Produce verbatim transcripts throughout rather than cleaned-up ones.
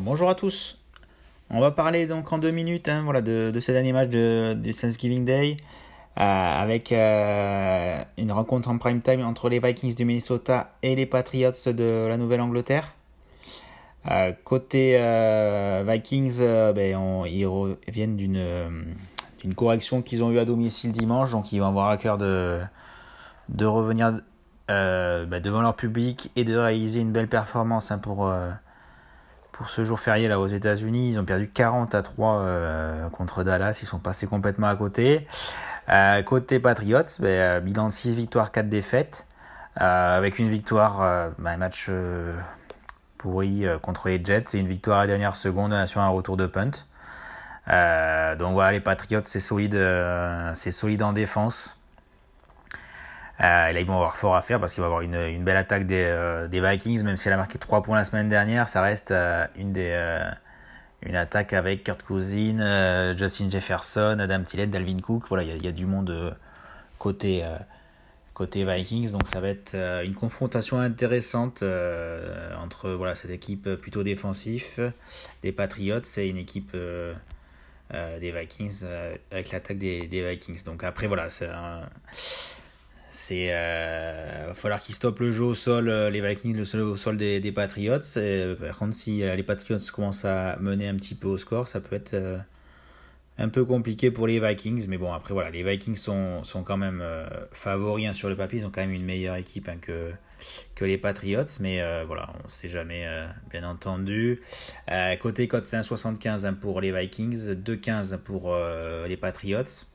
Bonjour à tous. On va parler donc en deux minutes hein, voilà, de, de ce dernier match de, du Thanksgiving Day euh, avec euh, une rencontre en prime time entre les Vikings du Minnesota et les Patriots de la Nouvelle-Angleterre. Euh, côté euh, Vikings, euh, ben, on, ils reviennent d'une, d'une correction qu'ils ont eue à domicile dimanche, donc ils vont avoir à cœur de, de revenir euh, ben, devant leur public et de réaliser une belle performance hein, pour... Euh, Pour ce jour férié là aux États-Unis, ils ont perdu quarante à trois euh, contre Dallas, ils sont passés complètement à côté. Euh, côté Patriots, ben, bilan de six victoires, quatre défaites, euh, avec une victoire, euh, ben, un match euh, pourri euh, contre les Jets et une victoire à la dernière seconde sur un retour de punt. Euh, donc voilà, les Patriots, c'est solide, euh, c'est solide en défense. Euh, et là, ils vont avoir fort à faire parce qu'ils vont avoir une, une belle attaque des, euh, des Vikings, même si elle a marqué trois points la semaine dernière, ça reste euh, une, des, euh, une attaque avec Kurt Cousins, euh, Justin Jefferson, Adam Thielen, Dalvin Cook. Voilà, il y, y a du monde euh, côté, euh, côté Vikings, donc ça va être euh, une confrontation intéressante euh, entre voilà, cette équipe plutôt défensive des Patriots et une équipe euh, euh, des Vikings euh, avec l'attaque des, des Vikings. Donc après, voilà, c'est un. C'est euh, va falloir qu'ils stoppent le jeu au sol, euh, les Vikings, le jeu au sol des, des Patriots. Et, par contre, si euh, les Patriots commencent à mener un petit peu au score, ça peut être euh, un peu compliqué pour les Vikings. Mais bon, après, voilà, les Vikings sont, sont quand même euh, favoris hein, sur le papier. Ils ont quand même une meilleure équipe hein, que, que les Patriots. Mais euh, voilà, on ne sait jamais, euh, bien entendu. Euh, côté cote, c'est un virgule soixante-quinze hein, pour les Vikings, deux virgule quinze pour euh, les Patriots.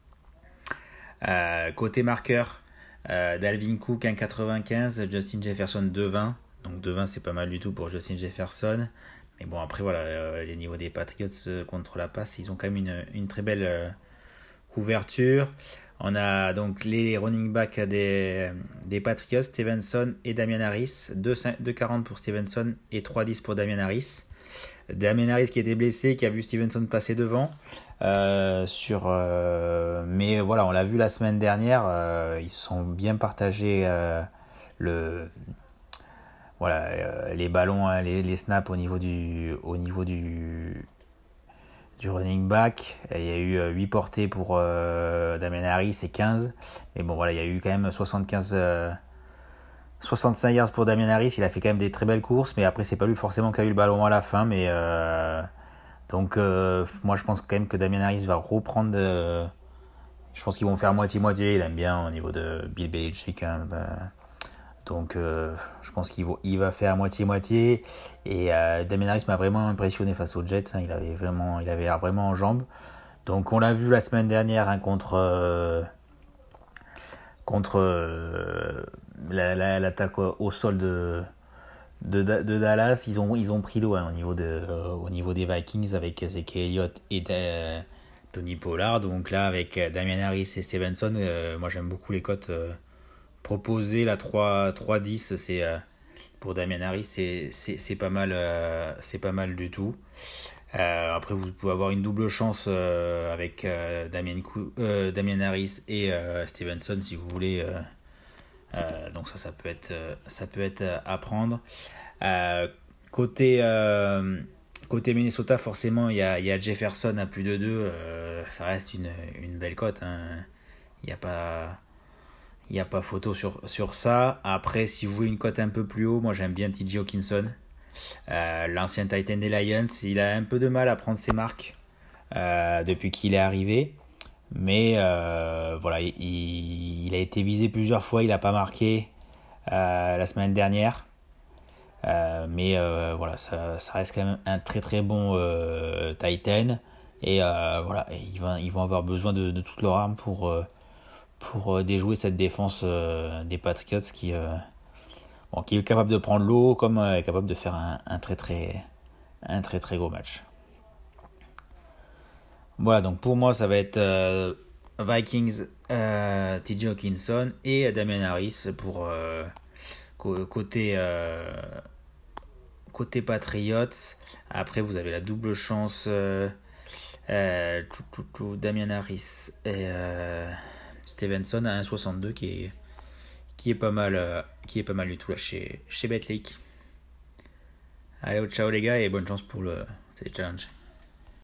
Euh, côté marqueur, Euh, Dalvin Cook un virgule quatre-vingt-quinze, Justin Jefferson deux virgule vingt. Donc deux virgule vingt c'est pas mal du tout pour Justin Jefferson. Mais bon après voilà, euh, les niveaux des Patriots euh, contre la passe, ils ont quand même une, une très belle euh, couverture. On a donc les running backs des, des Patriots, Stevenson et Damian Harris. deux virgule quarante pour Stevenson et trois virgule dix pour Damian Harris. Damian Harris qui était blessé, qui a vu Stevenson passer devant. Euh, sur, euh, mais voilà, on l'a vu la semaine dernière, euh, ils sont bien partagés euh, le, voilà, euh, les ballons, hein, les, les snaps au niveau du, au niveau du, du running back. Il y a eu huit portées pour euh, Damian Harris et quinze. Mais bon, voilà, il y a eu quand même soixante-quinze, euh, soixante-cinq yards pour Damian Harris. Il a fait quand même des très belles courses, mais après, c'est pas lui forcément qui a eu le ballon à la fin, mais. Euh, Donc euh, moi je pense quand même que Damian Harris va reprendre. Euh, je pense qu'ils vont faire moitié-moitié. Il aime bien au niveau de Bill Belichick. Hein, bah, donc euh, je pense qu'il va, il va faire moitié-moitié. Et euh, Damian Harris m'a vraiment impressionné face aux Jets. Hein, il avait vraiment, il avait l'air vraiment en jambes. Donc on l'a vu la semaine dernière hein, contre euh, contre euh, la, la, l'attaque au sol de. De, de Dallas, ils ont, ils ont pris l'eau hein, au, niveau de, euh, au niveau des Vikings avec Ezekiel Elliott et de, Tony Pollard. Donc là, avec Damian Harris et Stevenson, euh, moi j'aime beaucoup les cotes euh, proposées. La trois dix, c'est, euh, pour Damian Harris, c'est, c'est, c'est, pas mal, euh, c'est pas mal du tout. Euh, après, vous pouvez avoir une double chance euh, avec euh, Damian, euh, Damian Harris et euh, Stevenson si vous voulez. Euh, Euh, donc ça, ça peut être, ça peut être à prendre. Euh, côté, euh, côté Minnesota, forcément, il y a, il y a Jefferson à plus de deux. Euh, ça reste une, une belle cote. Hein. Il n'y a pas, il y a pas photo sur, sur ça. Après, si vous voulez une cote un peu plus haut, moi j'aime bien T J Hawkinson. Euh, l'ancien Titan des Lions, il a un peu de mal à prendre ses marques euh, depuis qu'il est arrivé. Mais euh, voilà, il, il a été visé plusieurs fois, il n'a pas marqué euh, la semaine dernière. Euh, mais euh, voilà, ça, ça reste quand même un très très bon euh, Titan. Et euh, voilà, ils vont, ils vont avoir besoin de, de toutes leurs armes pour, euh, pour déjouer cette défense euh, des Patriots qui, euh, bon, qui est capable de prendre l'eau comme euh, est capable de faire un, un, très, très, un très très gros match. Voilà, donc pour moi, ça va être euh, Vikings, euh, T J Hawkinson et Damian Harris pour euh, côté, euh, côté Patriots. Après, vous avez la double chance euh, euh, tout, tout, tout, Damian Harris et euh, Stevenson à un virgule soixante-deux qui est, qui est pas mal, euh, qui est pas mal du tout là chez, chez Betclic. Allez, ciao les gars et bonne chance pour le challenge.